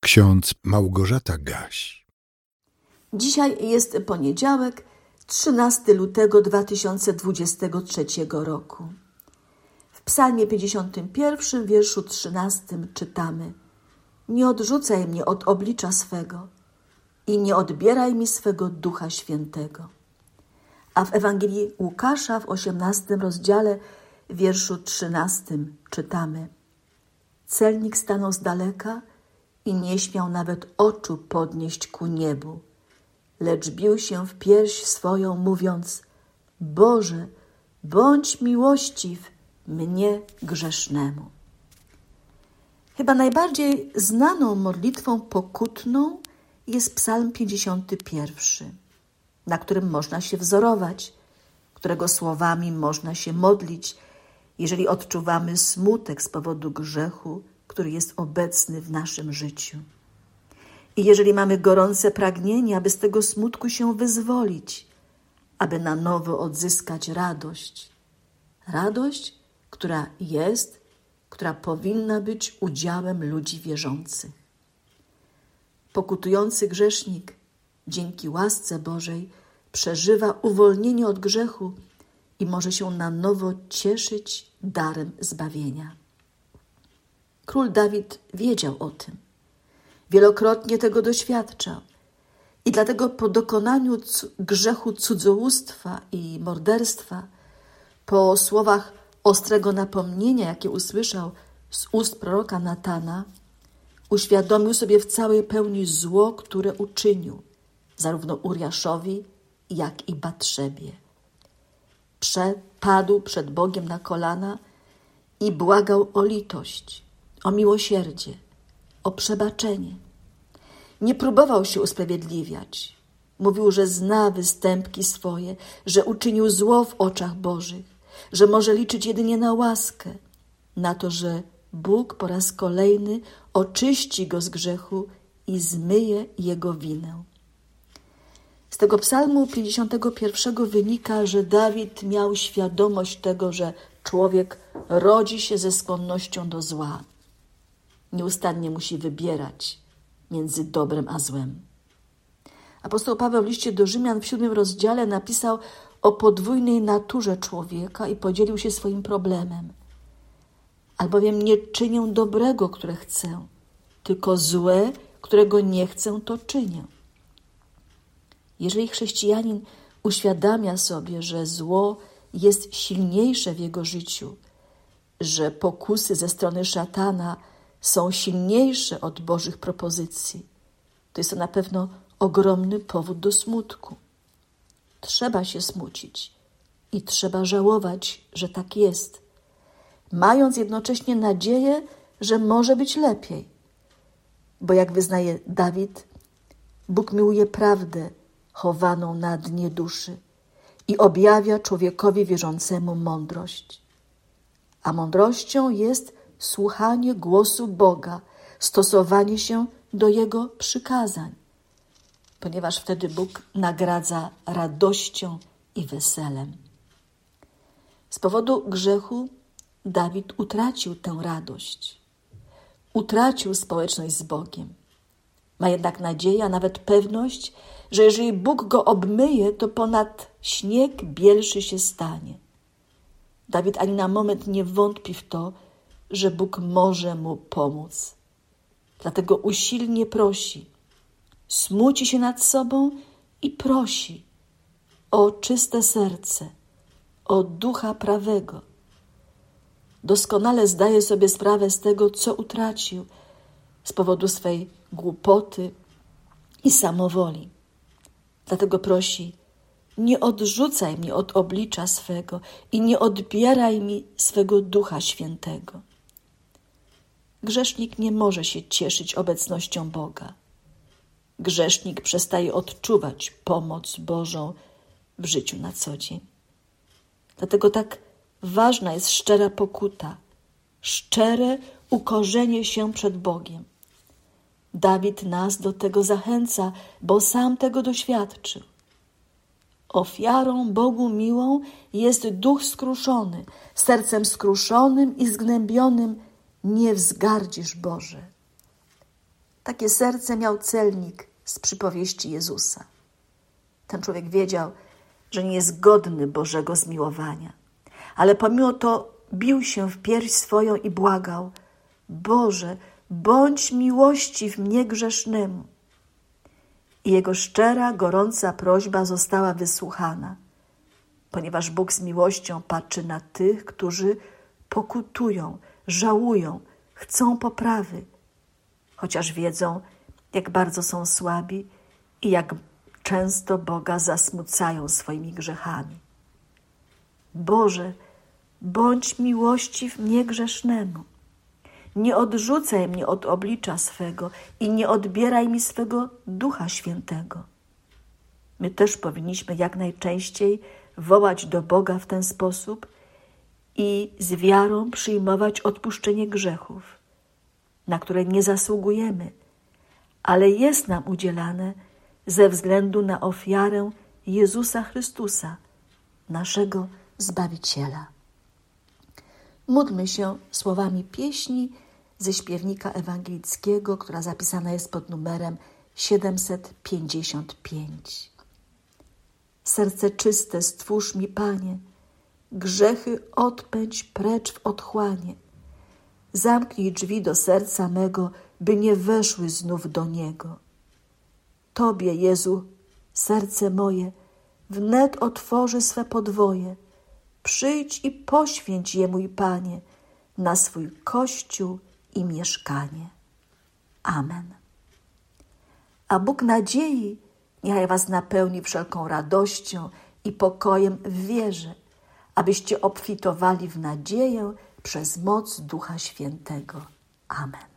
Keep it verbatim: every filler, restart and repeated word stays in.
Ksiądz Małgorzata Gaś. Dzisiaj jest poniedziałek, trzynastego lutego dwa tysiące dwudziestego trzeciego roku. W psalmie pięćdziesiątym pierwszym, wierszu trzynastym czytamy: Nie odrzucaj mnie od oblicza swego i nie odbieraj mi swego Ducha Świętego. A w Ewangelii Łukasza w osiemnastym rozdziale, wierszu trzynastym czytamy: Celnik stanął z daleka i nie śmiał nawet oczu podnieść ku niebu, lecz bił się w pierś swoją, mówiąc: Boże, bądź miłościw mnie grzesznemu. Chyba najbardziej znaną modlitwą pokutną jest psalm pięćdziesiąty pierwszy, na którym można się wzorować, którego słowami można się modlić, jeżeli odczuwamy smutek z powodu grzechu, który jest obecny w naszym życiu. I jeżeli mamy gorące pragnienie, aby z tego smutku się wyzwolić, aby na nowo odzyskać radość. Radość, która jest, która powinna być udziałem ludzi wierzących. Pokutujący grzesznik dzięki łasce Bożej przeżywa uwolnienie od grzechu i może się na nowo cieszyć darem zbawienia. Król Dawid wiedział o tym. Wielokrotnie tego doświadczał. I dlatego po dokonaniu c- grzechu cudzołóstwa i morderstwa, po słowach ostrego napomnienia, jakie usłyszał z ust proroka Natana, uświadomił sobie w całej pełni zło, które uczynił, zarówno Uriaszowi, jak i Batrzebie. Padł przed Bogiem na kolana i błagał o litość, o miłosierdzie, o przebaczenie. Nie próbował się usprawiedliwiać. Mówił, że zna występki swoje, że uczynił zło w oczach Bożych, że może liczyć jedynie na łaskę, na to, że Bóg po raz kolejny oczyści go z grzechu i zmyje jego winę. Z tego psalmu pięćdziesiątego pierwszego wynika, że Dawid miał świadomość tego, że człowiek rodzi się ze skłonnością do zła. Nieustannie musi wybierać między dobrem a złem. Apostoł Paweł w liście do Rzymian w siódmym rozdziale napisał o podwójnej naturze człowieka i podzielił się swoim problemem. Albowiem nie czynię dobrego, które chcę, tylko złe, którego nie chcę, to czynię. Jeżeli chrześcijanin uświadamia sobie, że zło jest silniejsze w jego życiu, że pokusy ze strony szatana są silniejsze od Bożych propozycji, to jest to na pewno ogromny powód do smutku. Trzeba się smucić i trzeba żałować, że tak jest, mając jednocześnie nadzieję, że może być lepiej. Bo jak wyznaje Dawid, Bóg miłuje prawdę chowaną na dnie duszy i objawia człowiekowi wierzącemu mądrość. A mądrością jest słuchanie głosu Boga, stosowanie się do Jego przykazań, ponieważ wtedy Bóg nagradza radością i weselem. Z powodu grzechu Dawid utracił tę radość, utracił społeczność z Bogiem. Ma jednak nadzieję, a nawet pewność, że jeżeli Bóg go obmyje, to ponad śnieg bielszy się stanie. Dawid ani na moment nie wątpi w to, że Bóg może mu pomóc. Dlatego usilnie prosi, smuci się nad sobą i prosi o czyste serce, o ducha prawego. Doskonale zdaje sobie sprawę z tego, co utracił z powodu swej głupoty i samowoli. Dlatego prosi, nie odrzucaj mnie od oblicza swego i nie odbieraj mi swego Ducha Świętego. Grzesznik nie może się cieszyć obecnością Boga. Grzesznik przestaje odczuwać pomoc Bożą w życiu na co dzień. Dlatego tak ważna jest szczera pokuta, szczere ukorzenie się przed Bogiem. Dawid nas do tego zachęca, bo sam tego doświadczył. Ofiarą Bogu miłą jest duch skruszony, sercem skruszonym i zgnębionym nie wzgardzisz, Boże. Takie serce miał celnik z przypowieści Jezusa. Ten człowiek wiedział, że nie jest godny Bożego zmiłowania, ale pomimo to bił się w pierś swoją i błagał: Boże, bądź miłościw mnie grzesznemu. I jego szczera, gorąca prośba została wysłuchana, ponieważ Bóg z miłością patrzy na tych, którzy pokutują, żałują, chcą poprawy, chociaż wiedzą, jak bardzo są słabi i jak często Boga zasmucają swoimi grzechami. Boże, bądź miłościw mnie grzesznemu. Nie odrzucaj mnie od oblicza swego i nie odbieraj mi swego Ducha Świętego. My też powinniśmy jak najczęściej wołać do Boga w ten sposób i z wiarą przyjmować odpuszczenie grzechów, na które nie zasługujemy, ale jest nam udzielane ze względu na ofiarę Jezusa Chrystusa, naszego Zbawiciela. Módlmy się słowami pieśni ze śpiewnika ewangelickiego, która zapisana jest pod numerem siedemset pięćdziesiąt pięć. Serce czyste stwórz mi, Panie, grzechy odpędź precz w otchłanie. Zamknij drzwi do serca mego, by nie weszły znów do niego. Tobie, Jezu, serce moje, wnet otworzy swe podwoje. Przyjdź i poświęć je, mój Panie, na swój Kościół i mieszkanie. Amen. A Bóg nadziei niechaj was napełni wszelką radością i pokojem w wierze, abyście obfitowali w nadzieję przez moc Ducha Świętego. Amen.